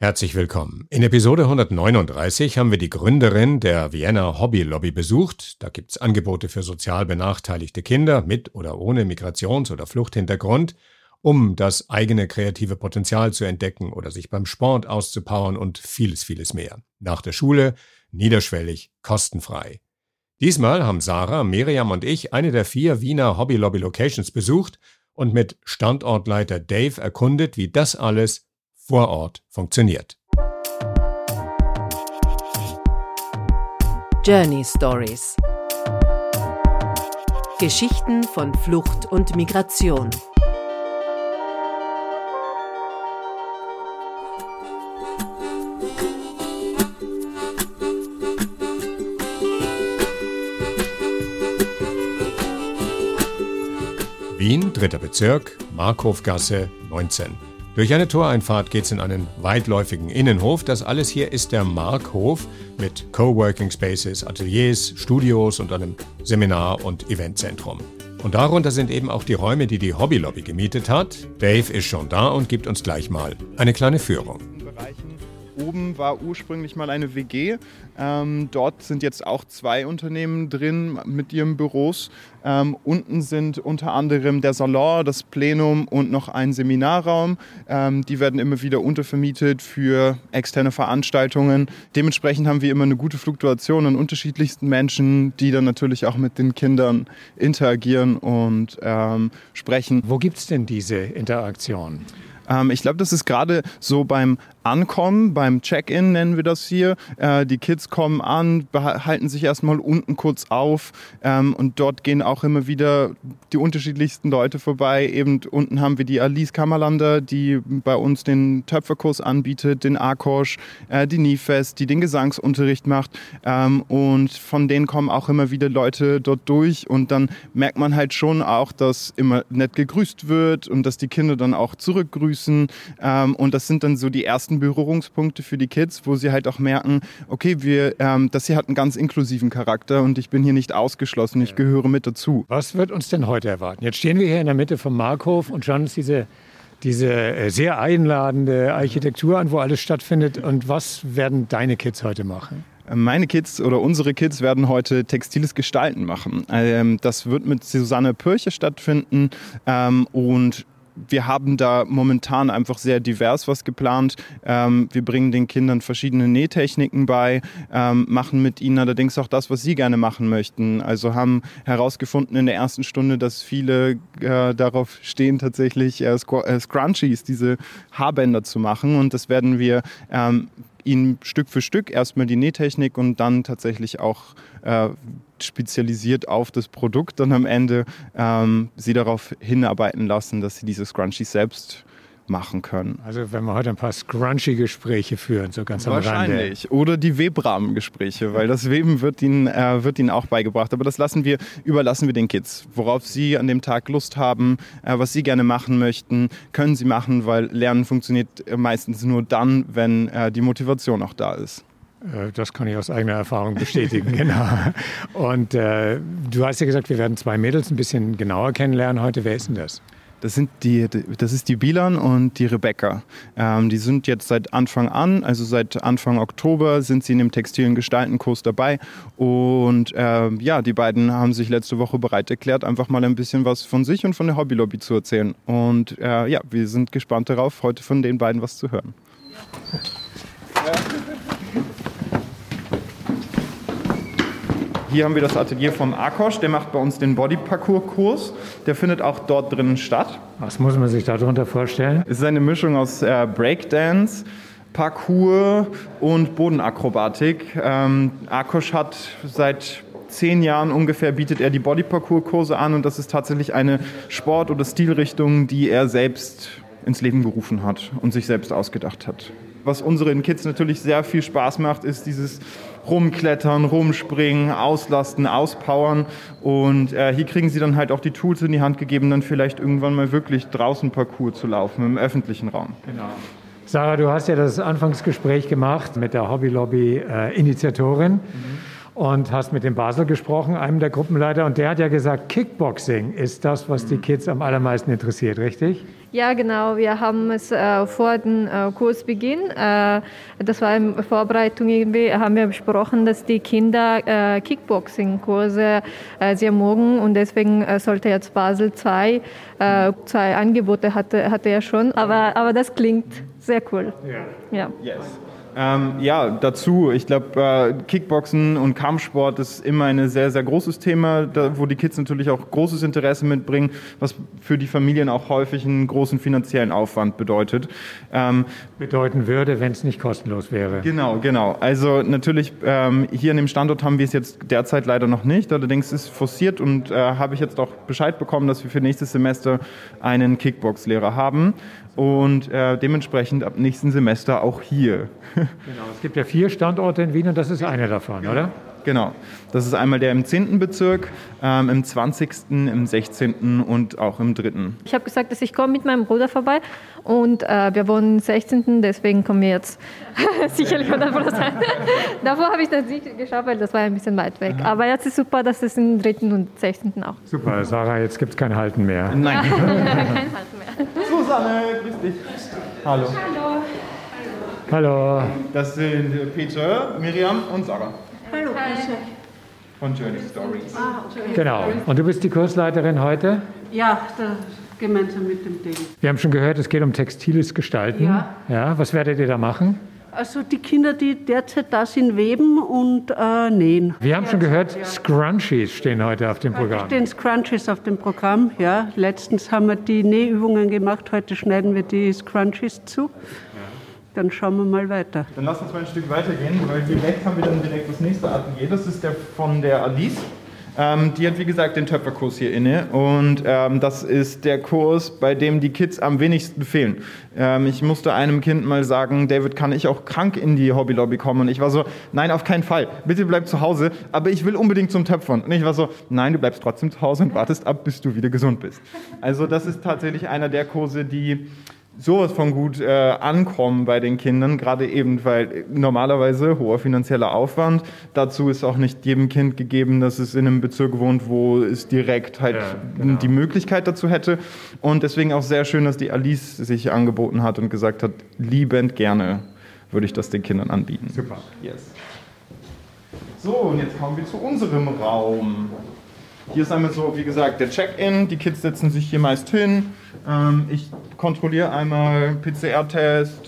Herzlich willkommen. In Episode 139 haben wir die Gründerin der Vienna Hobby Lobby besucht. Da gibt's Angebote für sozial benachteiligte Kinder mit oder ohne Migrations- oder Fluchthintergrund, um das eigene kreative Potenzial zu entdecken oder sich beim Sport auszupowern und vieles, vieles mehr. Nach der Schule, niederschwellig, kostenfrei. Diesmal haben Sarah, Miriam und ich eine der 4 Wiener Hobby Lobby Locations besucht und mit Standortleiter Dave erkundet, wie das alles vor Ort funktioniert. Journey Stories. Geschichten von Flucht und Migration. Wien, 3. Bezirk, Markhofgasse 19. Durch eine Toreinfahrt geht's in einen weitläufigen Innenhof. Das alles hier ist der Markhof mit Coworking Spaces, Ateliers, Studios und einem Seminar- und Eventzentrum. Und darunter sind eben auch die Räume, die die Hobby Lobby gemietet hat. Dave ist schon da und gibt uns gleich mal eine kleine Führung. Oben war ursprünglich mal eine WG. Dort sind jetzt auch 2 Unternehmen drin mit ihren Büros. Unten sind unter anderem der Salon, das Plenum und noch ein Seminarraum. Die werden immer wieder untervermietet für externe Veranstaltungen. Dementsprechend haben wir immer eine gute Fluktuation an unterschiedlichsten Menschen, die dann natürlich auch mit den Kindern interagieren und sprechen. Wo gibt es denn diese Interaktion? Ich glaube, das ist gerade so beim Ankommen, beim Check-in nennen wir das hier. Die Kids kommen an, halten sich erstmal unten kurz auf und dort gehen auch immer wieder die unterschiedlichsten Leute vorbei. Eben unten haben wir die Alice Kammerlander, die bei uns den Töpferkurs anbietet, den Akosch, die Nifest, die den Gesangsunterricht macht und von denen kommen auch immer wieder Leute dort durch und dann merkt man halt schon auch, dass immer nett gegrüßt wird und dass die Kinder dann auch zurückgrüßen und das sind dann so die ersten Berührungspunkte für die Kids, wo sie halt auch merken, okay, das hier hat einen ganz inklusiven Charakter und ich bin hier nicht ausgeschlossen, ich gehöre mit dazu. Was wird uns denn heute erwarten? Jetzt stehen wir hier in der Mitte vom Markhof und schauen uns diese sehr einladende Architektur an, wo alles stattfindet. Und was werden deine Kids heute machen? Meine Kids oder unsere Kids werden heute textiles Gestalten machen. Das wird mit Susanne Pürche stattfinden und wir haben da momentan einfach sehr divers was geplant. Wir bringen den Kindern verschiedene Nähtechniken bei, machen mit ihnen allerdings auch das, was sie gerne machen möchten. Also haben herausgefunden in der ersten Stunde, dass viele darauf stehen, tatsächlich Scrunchies, diese Haarbänder zu machen. Und das werden wir ihnen Stück für Stück erstmal die Nähtechnik und dann tatsächlich auch spezialisiert auf das Produkt dann am Ende sie darauf hinarbeiten lassen, dass sie diese Scrunchies selbst machen können. Also wenn wir heute ein paar Scrunchy-Gespräche führen, so ganz am Rande. Wahrscheinlich. Oder die Webrahmengespräche, weil das Weben wird ihnen auch beigebracht. Aber das überlassen wir den Kids. Worauf sie an dem Tag Lust haben, was sie gerne machen möchten, können sie machen, weil Lernen funktioniert meistens nur dann, wenn die Motivation auch da ist. Das kann ich aus eigener Erfahrung bestätigen, genau. Und du hast ja gesagt, wir werden 2 Mädels ein bisschen genauer kennenlernen heute. Wer ist denn das? Das ist die Bilan und die Rebecca. Die sind jetzt seit Anfang an, also seit Anfang Oktober, sind sie in dem textilen Gestaltenkurs dabei. Und die beiden haben sich letzte Woche bereit erklärt, einfach mal ein bisschen was von sich und von der Hobby Lobby zu erzählen. Und wir sind gespannt darauf, heute von den beiden was zu hören. Hier haben wir das Atelier vom Akosch, der macht bei uns den Body-Parcours-Kurs. Der findet auch dort drinnen statt. Was muss man sich darunter vorstellen? Es ist eine Mischung aus Breakdance, Parkour und Bodenakrobatik. Akosch hat seit 10 Jahren ungefähr bietet er die Body-Parcours-Kurse an und das ist tatsächlich eine Sport- oder Stilrichtung, die er selbst ins Leben gerufen hat und sich selbst ausgedacht hat. Was unseren Kids natürlich sehr viel Spaß macht, ist dieses Rumklettern, Rumspringen, Auslasten, Auspowern. Und hier kriegen sie dann halt auch die Tools in die Hand gegeben, dann vielleicht irgendwann mal wirklich draußen Parcours zu laufen, im öffentlichen Raum. Genau. Sarah, du hast ja das Anfangsgespräch gemacht mit der Hobby Lobby Initiatorin. und hast mit dem Basel gesprochen, einem der Gruppenleiter, und der hat ja gesagt, Kickboxing ist das, was die Kids am allermeisten interessiert, richtig? Ja, genau. Wir haben es vor dem Kursbeginn, das war in Vorbereitung irgendwie, haben wir besprochen, dass die Kinder Kickboxing-Kurse sehr mögen und deswegen sollte jetzt Basel zwei Angebote hatte er schon, aber das klingt sehr cool. Ja. Yes. Dazu, ich glaube, Kickboxen und Kampfsport ist immer ein sehr, sehr großes Thema, wo die Kids natürlich auch großes Interesse mitbringen, was für die Familien auch häufig einen großen finanziellen Aufwand bedeutet. Bedeuten würde, wenn es nicht kostenlos wäre. Genau. Also natürlich, hier an dem Standort haben wir es jetzt derzeit leider noch nicht, allerdings ist es forciert und habe ich jetzt auch Bescheid bekommen, dass wir für nächstes Semester einen Kickbox-Lehrer haben. Und dementsprechend ab nächsten Semester auch hier. Genau, es gibt ja 4 Standorte in Wien und das ist einer davon, oder? Genau, das ist einmal der im 10. Bezirk, im 20., im 16. und auch im 3. Ich habe gesagt, dass ich komme mit meinem Bruder vorbei und wir wohnen im 16., deswegen kommen wir jetzt sicherlich 100%. Davor habe ich das nicht geschafft, weil das war ein bisschen weit weg. Aber jetzt ist super, dass es im 3. und 16. auch. Super, Sarah, jetzt gibt es kein Halten mehr. Nein. Kein Halten mehr. Susanne, grüß dich. Hallo. Hallo. Das sind Peter, Miriam und Sarah. Hallo. Von Journey Stories. Genau. Und du bist die Kursleiterin heute? Ja, gemeinsam mit dem David. Wir haben schon gehört, es geht um textiles Gestalten. Ja. Was werdet ihr da machen? Also die Kinder, die derzeit da sind, weben und nähen. Wir haben schon gehört, Scrunchies stehen heute auf dem Programm. Stehen Scrunchies auf dem Programm, ja. Letztens haben wir die Nähübungen gemacht, heute schneiden wir die Scrunchies zu. Dann schauen wir mal weiter. Dann lass uns mal ein Stück weitergehen, weil direkt haben wir dann direkt das nächste Atelier. Das ist der von der Alice. Die hat, wie gesagt, den Töpferkurs hier inne und das ist der Kurs, bei dem die Kids am wenigsten fehlen. Ich musste einem Kind mal sagen, David, kann ich auch krank in die Hobbylobby kommen? Und ich war so, nein, auf keinen Fall. Bitte bleib zu Hause, aber ich will unbedingt zum Töpfern. Und ich war so, nein, du bleibst trotzdem zu Hause und wartest ab, bis du wieder gesund bist. Also das ist tatsächlich einer der Kurse, die sowas von gut ankommen bei den Kindern, gerade eben, weil normalerweise hoher finanzieller Aufwand. Dazu ist auch nicht jedem Kind gegeben, dass es in einem Bezirk wohnt, wo es direkt halt die Möglichkeit dazu hätte. Und deswegen auch sehr schön, dass die Alice sich angeboten hat und gesagt hat, liebend gerne würde ich das den Kindern anbieten. Super. Yes. So, und jetzt kommen wir zu unserem Raum. Hier ist einmal so, wie gesagt, der Check-in. Die Kids setzen sich hier meist hin. Ich kontrolliere einmal PCR-Test,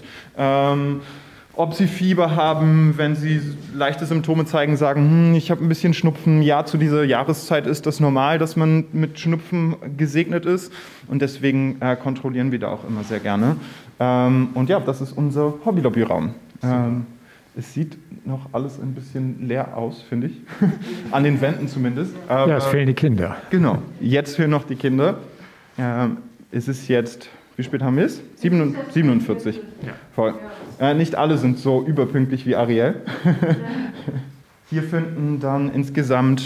ob sie Fieber haben. Wenn sie leichte Symptome zeigen, sagen, ich habe ein bisschen Schnupfen. Ja, zu dieser Jahreszeit ist das normal, dass man mit Schnupfen gesegnet ist. Und deswegen kontrollieren wir da auch immer sehr gerne. Und ja, das ist unser Hobbylobby-Raum. Es sieht noch alles ein bisschen leer aus, finde ich. An den Wänden zumindest. Aber ja, es fehlen die Kinder. Genau, jetzt fehlen noch die Kinder. Es ist jetzt, wie spät haben wir es? 47. Ja. Voll. Nicht alle sind so überpünktlich wie Ariel. Hier finden dann insgesamt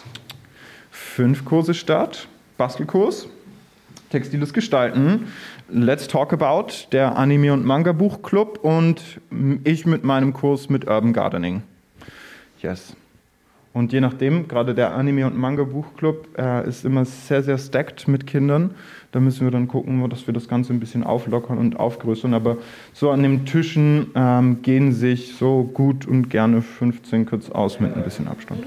5 Kurse statt. Bastelkurs, textiles Gestalten, Let's Talk About, der Anime- und Manga-Buchclub und ich mit meinem Kurs mit Urban Gardening. Yes. Und je nachdem, gerade der Anime- und Manga-Buchclub ist immer sehr, sehr stacked mit Kindern. Da müssen wir dann gucken, dass wir das Ganze ein bisschen auflockern und aufgrößern. Aber so an den Tischen gehen sich so gut und gerne 15 Kids aus mit ein bisschen Abstand.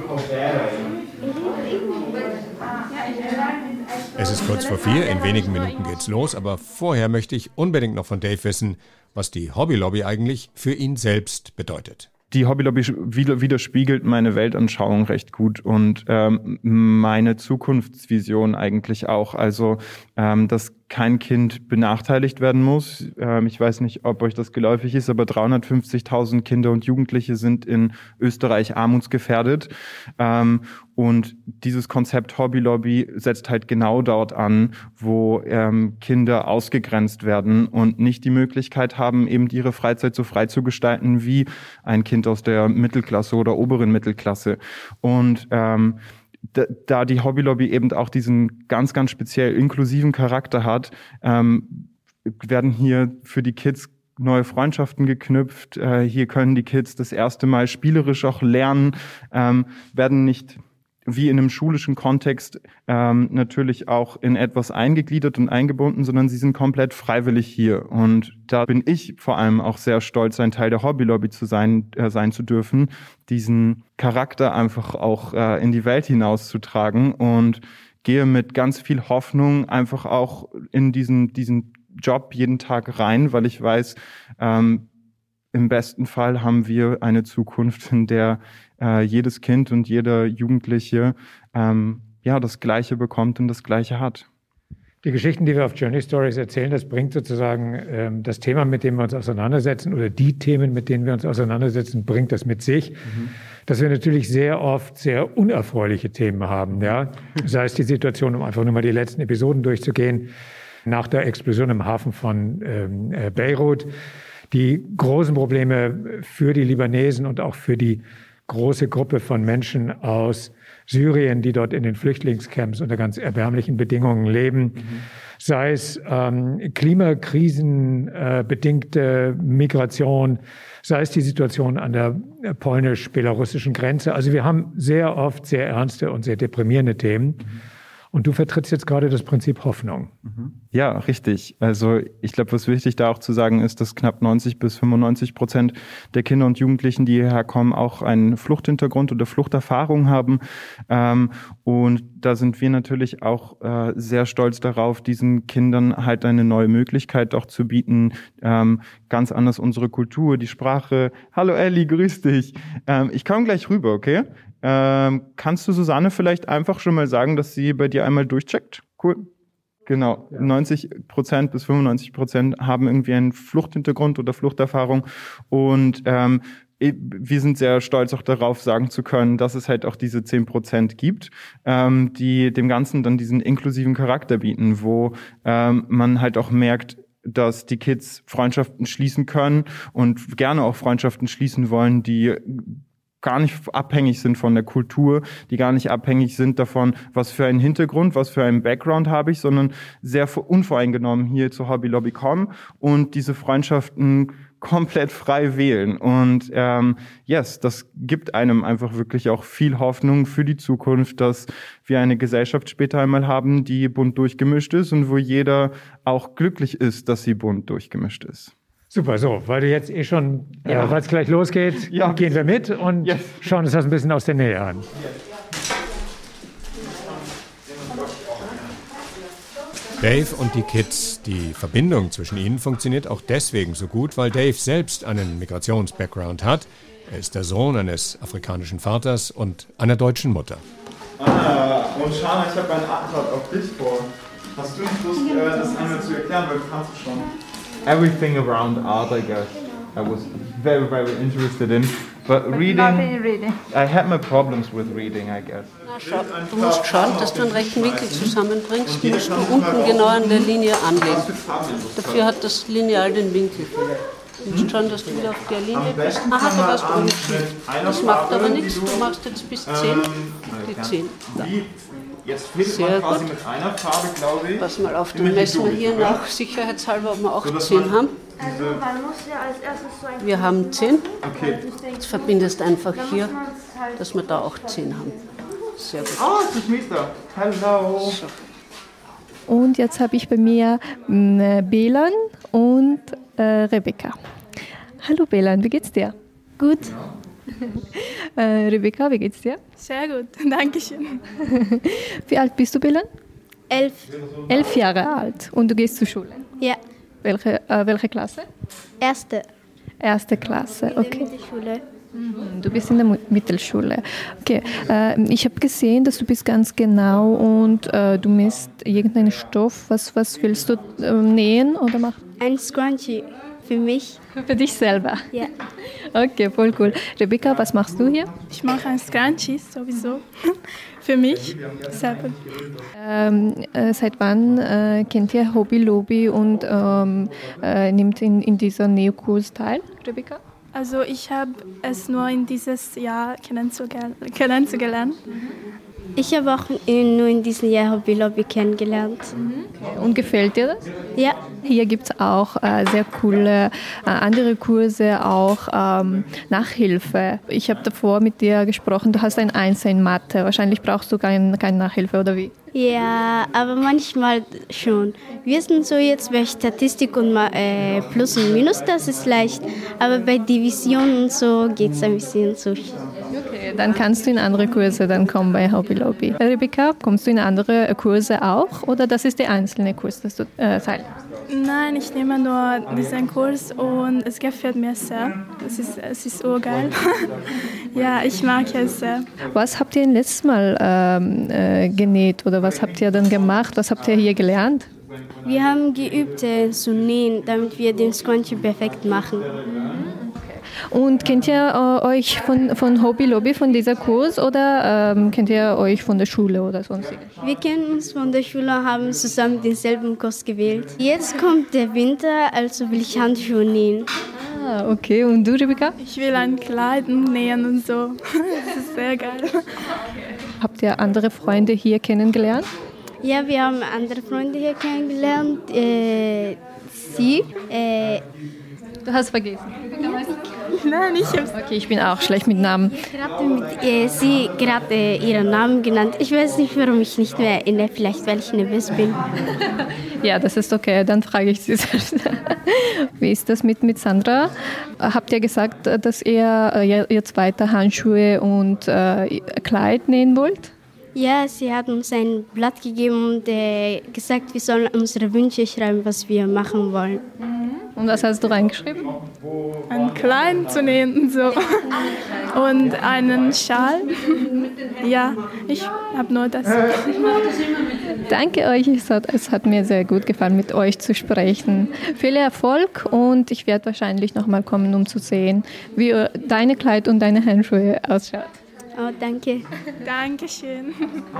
Es ist kurz vor 4, in wenigen Minuten geht's los, aber vorher möchte ich unbedingt noch von Dave wissen, was die Hobbylobby eigentlich für ihn selbst bedeutet. Die Hobbylobby widerspiegelt meine Weltanschauung recht gut und meine Zukunftsvision eigentlich auch. Also, dass kein Kind benachteiligt werden muss. Ich weiß nicht, ob euch das geläufig ist, aber 350.000 Kinder und Jugendliche sind in Österreich armutsgefährdet. Und dieses Konzept Hobbylobby setzt halt genau dort an, wo Kinder ausgegrenzt werden und nicht die Möglichkeit haben, eben ihre Freizeit so frei zu gestalten wie ein Kind aus der Mittelklasse oder oberen Mittelklasse. Und da die Hobbylobby eben auch diesen ganz, ganz speziell inklusiven Charakter hat, werden hier für die Kids neue Freundschaften geknüpft. Hier können die Kids das erste Mal spielerisch auch lernen, werden nicht wie in einem schulischen Kontext natürlich auch in etwas eingegliedert und eingebunden, sondern sie sind komplett freiwillig hier. Und da bin ich vor allem auch sehr stolz, ein Teil der Hobby Lobby zu sein zu dürfen, diesen Charakter einfach auch in die Welt hinauszutragen und gehe mit ganz viel Hoffnung einfach auch in diesen Job jeden Tag rein, weil ich weiß, im besten Fall haben wir eine Zukunft, in der jedes Kind und jeder Jugendliche das Gleiche bekommt und das Gleiche hat. Die Geschichten, die wir auf Journey Stories erzählen, das bringt sozusagen das Thema, mit dem wir uns auseinandersetzen, oder die Themen, mit denen wir uns auseinandersetzen, bringt das mit sich, dass wir natürlich sehr oft sehr unerfreuliche Themen haben. Ja? Sei es die Situation, um einfach nur mal die letzten Episoden durchzugehen, nach der Explosion im Hafen von Beirut, die großen Probleme für die Libanesen und auch für die große Gruppe von Menschen aus Syrien, die dort in den Flüchtlingscamps unter ganz erbärmlichen Bedingungen leben. Sei es klimakrisenbedingte Migration, sei es die Situation an der polnisch-belarussischen Grenze. Also wir haben sehr oft sehr ernste und sehr deprimierende Themen. Und du vertrittst jetzt gerade das Prinzip Hoffnung. Ja, richtig. Also ich glaube, was wichtig da auch zu sagen ist, dass knapp 90-95% der Kinder und Jugendlichen, die hierher kommen, auch einen Fluchthintergrund oder Fluchterfahrung haben. Und da sind wir natürlich auch sehr stolz darauf, diesen Kindern halt eine neue Möglichkeit auch zu bieten. Ganz anders unsere Kultur, die Sprache. Hallo Elli, grüß dich. Ich komme gleich rüber, okay? Kannst du Susanne vielleicht einfach schon mal sagen, dass sie bei dir einmal durchcheckt? Cool. Genau. 90% bis 95% haben irgendwie einen Fluchthintergrund oder Fluchterfahrung. Und wir sind sehr stolz auch darauf, sagen zu können, dass es halt auch diese 10% gibt, die dem Ganzen dann diesen inklusiven Charakter bieten, wo man halt auch merkt, dass die Kids Freundschaften schließen können und gerne auch Freundschaften schließen wollen, die gar nicht abhängig sind von der Kultur, die gar nicht abhängig sind davon, was für einen Hintergrund, was für einen Background habe ich, sondern sehr unvoreingenommen hier zur Hobby Lobby kommen und diese Freundschaften komplett frei wählen. Und das gibt einem einfach wirklich auch viel Hoffnung für die Zukunft, dass wir eine Gesellschaft später einmal haben, die bunt durchgemischt ist und wo jeder auch glücklich ist, dass sie bunt durchgemischt ist. Super, so, weil du jetzt schon, weil es gleich losgeht, gehen wir mit und schauen uns das ein bisschen aus der Nähe an. Dave und die Kids, die Verbindung zwischen ihnen funktioniert auch deswegen so gut, weil Dave selbst einen Migrations-Background hat. Er ist der Sohn eines afrikanischen Vaters und einer deutschen Mutter. Anna und Shana, ich habe einen Antrag auf dich vor. Hast du nicht Lust, das einmal zu erklären, weil du kannst es schon. Everything around art, I guess, I was very, very interested in. But reading, I had my problems with reading, I guess. Na, schau, du musst schauen, dass du einen rechten Winkel zusammenbringst, musst du unten genau an der Linie anlegen. Dafür hat das Lineal den Winkel. Du musst schauen, dass du wieder auf der Linie bist. Aha, du warst oben schief. Das macht aber nichts, du machst jetzt bis 10. Die 10. Da. Jetzt fehlt man quasi mit einer Farbe, glaube ich. Pass mal auf, dann messen wir hier nach sicherheitshalber, ob wir auch 10 haben. Also man muss ja als erstes so ein... Wir haben 10. Okay. Jetzt verbindest einfach hier, dass wir da auch 10 haben. Sehr gut. Oh, es ist Mister. Hallo. So. Und jetzt habe ich bei mir Belan und Rebecca. Hallo Belan, wie geht's dir? Gut. Rebecca, wie geht's dir? Sehr gut, danke schön. Wie alt bist du, Belan? 11. 11 Jahre alt und du gehst zur Schule. Ja. Welche Klasse? Erste. Erste Klasse, okay. In der Schule. Du bist in der Mittelschule. Okay, ich habe gesehen, dass du bist ganz genau und du misst irgendeinen Stoff. Was willst du nähen oder machen? Ein Scrunchie für mich. Für dich selber? Ja. Okay, voll cool. Rebecca, was machst du hier? Ich mache ein Scrunchie sowieso. Für mich selber. Seit wann kennt ihr Hobby Lobby und nimmt in dieser Neokurs teil, Rebecca? Also ich habe es nur in dieses Jahr kennenzugelernt. Ich habe auch nur in diesem Jahr Hobby Lobby kennengelernt. Okay. Und gefällt dir das? Ja. Hier gibt es auch sehr coole andere Kurse, auch Nachhilfe. Ich habe davor mit dir gesprochen, du hast ein Einser in Mathe. Wahrscheinlich brauchst du keine Nachhilfe, oder wie? Ja, aber manchmal schon. Wir sind so jetzt bei Statistik und Plus und Minus, das ist leicht. Aber bei Division und so geht es ein bisschen so. Okay, dann kannst du in andere Kurse dann kommen bei Hobby Lobby. Rebecca, kommst du in andere Kurse auch oder das ist der einzelne Kurs, das du teilnimmst? Nein, ich nehme nur diesen Kurs und es gefällt mir sehr. Es ist urgeil. Ja, ich mag es sehr. Was habt ihr letztes Mal genäht oder was habt ihr dann gemacht? Was habt ihr hier gelernt? Wir haben geübt zu nähen, damit wir den Scrunchie perfekt machen. Und kennt ihr euch von Hobby Lobby, von dieser Kurs oder kennt ihr euch von der Schule oder sonstiges? Wir kennen uns von der Schule und haben zusammen denselben Kurs gewählt. Jetzt kommt der Winter, also will ich Handschuhe nähen. Ah, okay. Und du, Rebecca? Ich will ein Kleid nähen und so. Das ist sehr geil. Habt ihr andere Freunde hier kennengelernt? Ja, wir haben andere Freunde hier kennengelernt. Du hast vergessen. Nein, ich hab's. Okay, ich bin auch schlecht mit Namen. Sie gerade ihren Namen genannt. Ich weiß nicht, warum ich nicht mehr erinnere. Vielleicht, weil ich nervös bin. Ja, das ist okay. Dann frage ich Sie selbst. Wie ist das mit Sandra? Habt ihr gesagt, dass ihr jetzt weiter Handschuhe und Kleid nähen wollt? Ja, sie hat uns ein Blatt gegeben und gesagt, wir sollen unsere Wünsche schreiben, was wir machen wollen. Und was hast du reingeschrieben? Ein Kleid zu nähen und so. Und einen Schal. Ja, ich habe nur das. Danke euch, es hat mir sehr gut gefallen, mit euch zu sprechen. Viel Erfolg und ich werde wahrscheinlich nochmal kommen, um zu sehen, wie deine Kleid und deine Handschuhe ausschaut. Oh, danke. Dankeschön.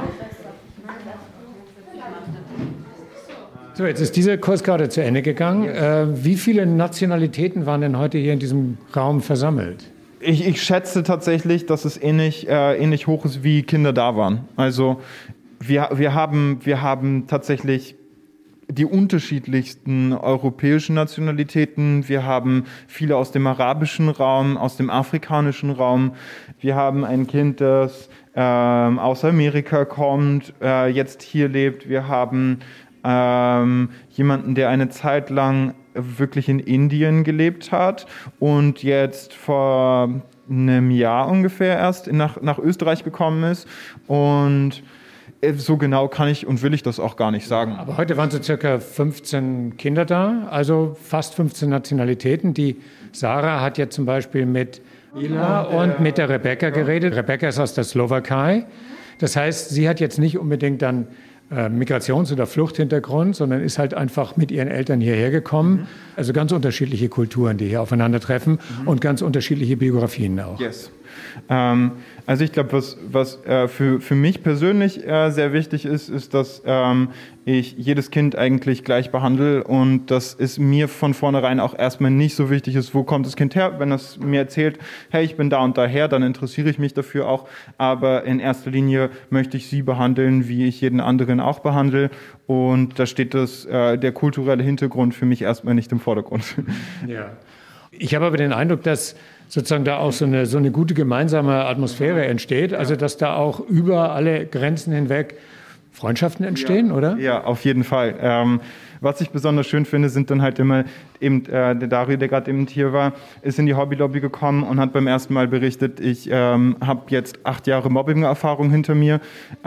So, jetzt ist dieser Kurs gerade zu Ende gegangen. Wie viele Nationalitäten waren denn heute hier in diesem Raum versammelt? Ich schätze tatsächlich, dass es ähnlich hoch ist, wie Kinder da waren. Also wir haben tatsächlich die unterschiedlichsten europäischen Nationalitäten. Wir haben viele aus dem arabischen Raum, aus dem afrikanischen Raum. Wir haben ein Kind, das aus Amerika kommt, jetzt hier lebt. Wir haben jemanden, der eine Zeit lang wirklich in Indien gelebt hat und jetzt vor einem Jahr ungefähr erst nach Österreich gekommen ist. Und so genau kann ich und will ich das auch gar nicht sagen. Aber heute waren so circa 15 Kinder da, also fast 15 Nationalitäten. Die Sarah hat jetzt zum Beispiel mit Ila und mit der Rebecca geredet. Rebecca ist aus der Slowakei. Das heißt, sie hat jetzt nicht unbedingt dann Migrations- oder Fluchthintergrund, sondern ist halt einfach mit ihren Eltern hierher gekommen. Also ganz unterschiedliche Kulturen, die hier aufeinandertreffen und ganz unterschiedliche Biografien auch. Yes. Also ich glaube, was für mich persönlich sehr wichtig ist, dass ich jedes Kind eigentlich gleich behandle und dass es mir von vornherein auch erstmal nicht so wichtig ist, wo kommt das Kind her. Wenn es mir erzählt, hey, ich bin da und daher, dann interessiere ich mich dafür auch. Aber in erster Linie möchte ich sie behandeln, wie ich jeden anderen auch behandle. Und da steht der kulturelle Hintergrund für mich erstmal nicht im Vordergrund. Ja. Ich habe aber den Eindruck, dass sozusagen da auch so eine gute gemeinsame Atmosphäre entsteht, also dass da auch über alle Grenzen hinweg Freundschaften entstehen, oder? Ja, auf jeden Fall. Was ich besonders schön finde, sind dann halt immer eben der Dario, der gerade eben hier war, ist in die Hobby Lobby gekommen und hat beim ersten Mal berichtet, ich habe jetzt 8 Jahre Mobbing-Erfahrung hinter mir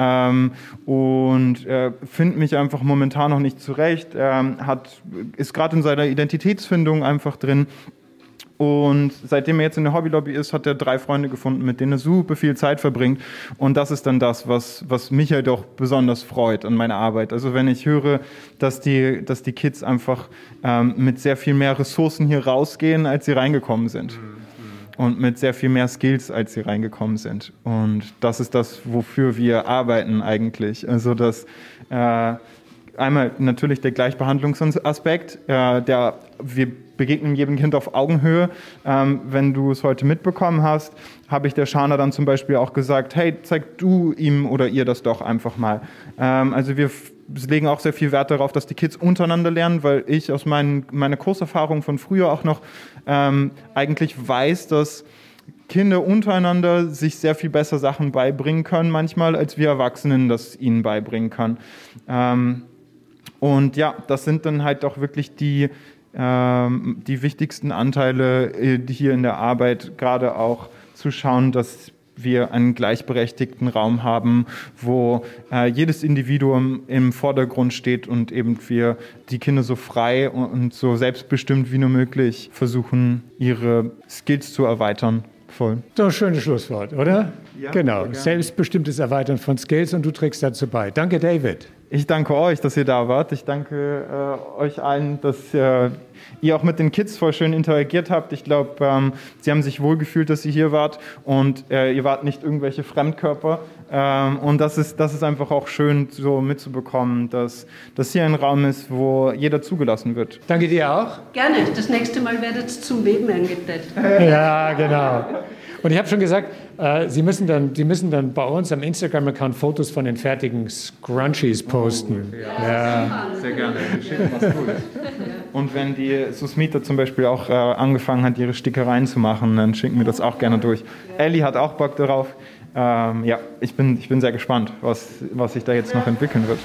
und finde mich einfach momentan noch nicht zurecht, ist gerade in seiner Identitätsfindung einfach drin. Und seitdem er jetzt in der Hobby Lobby ist, hat er 3 Freunde gefunden, mit denen er super viel Zeit verbringt. Und das ist dann das, was mich halt auch besonders freut an meiner Arbeit. Also wenn ich höre, dass die Kids einfach mit sehr viel mehr Ressourcen hier rausgehen, als sie reingekommen sind. Und mit sehr viel mehr Skills, als sie reingekommen sind. Und das ist das, wofür wir arbeiten eigentlich. Also dass einmal natürlich der Gleichbehandlungsaspekt, wir begegne jedem Kind auf Augenhöhe. Wenn du es heute mitbekommen hast, habe ich der Shana dann zum Beispiel auch gesagt, hey, zeig du ihm oder ihr das doch einfach mal. Also wir legen auch sehr viel Wert darauf, dass die Kids untereinander lernen, weil ich aus meiner Kurserfahrung von früher auch noch eigentlich weiß, dass Kinder untereinander sich sehr viel besser Sachen beibringen können manchmal, als wir Erwachsenen das ihnen beibringen können. Und ja, das sind dann halt auch wirklich die wichtigsten Anteile hier in der Arbeit, gerade auch zu schauen, dass wir einen gleichberechtigten Raum haben, wo jedes Individuum im Vordergrund steht und eben wir die Kinder so frei und so selbstbestimmt wie nur möglich versuchen, ihre Skills zu erweitern. Voll. So ein schönes Schlusswort, oder? Ja, genau, selbstbestimmtes Erweitern von Skills und du trägst dazu bei. Danke, David. Ich danke euch, dass ihr da wart. Ich danke euch allen, dass ihr auch mit den Kids voll schön interagiert habt. Ich glaube, sie haben sich wohlgefühlt, dass ihr hier wart und ihr wart nicht irgendwelche Fremdkörper. Und das ist einfach auch schön, so mitzubekommen, dass das hier ein Raum ist, wo jeder zugelassen wird. Danke dir auch. Gerne. Das nächste Mal werdet ihr zum Weben eingeteilt. Ja, genau. Und ich habe schon gesagt, Sie müssen dann bei uns am Instagram-Account Fotos von den fertigen Scrunchies posten. Ja. Sehr gerne. Wir schicken was Cooles. Und wenn die Susmita zum Beispiel auch angefangen hat, ihre Stickereien zu machen, dann schicken wir das auch gerne durch. Ellie hat auch Bock darauf. Ja, ich bin sehr gespannt, was sich da jetzt noch entwickeln wird.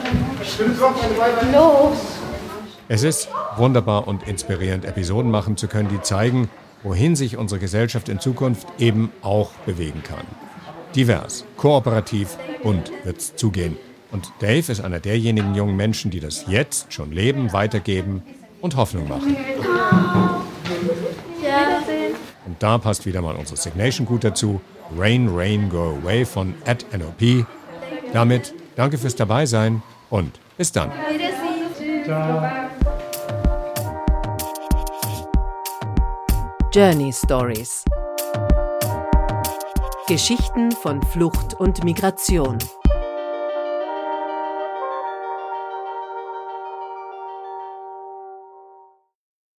Es ist wunderbar und inspirierend, Episoden machen zu können, die zeigen, wohin sich unsere Gesellschaft in Zukunft eben auch bewegen kann. Divers, kooperativ, bunt wird's zugehen. Und Dave ist einer derjenigen jungen Menschen, die das jetzt schon leben, weitergeben und Hoffnung machen. Und da passt wieder mal unsere Signation gut dazu. Rain, Rain, Go Away von @NOP. Damit danke fürs Dabeisein und bis dann. Journey Stories. Geschichten von Flucht und Migration.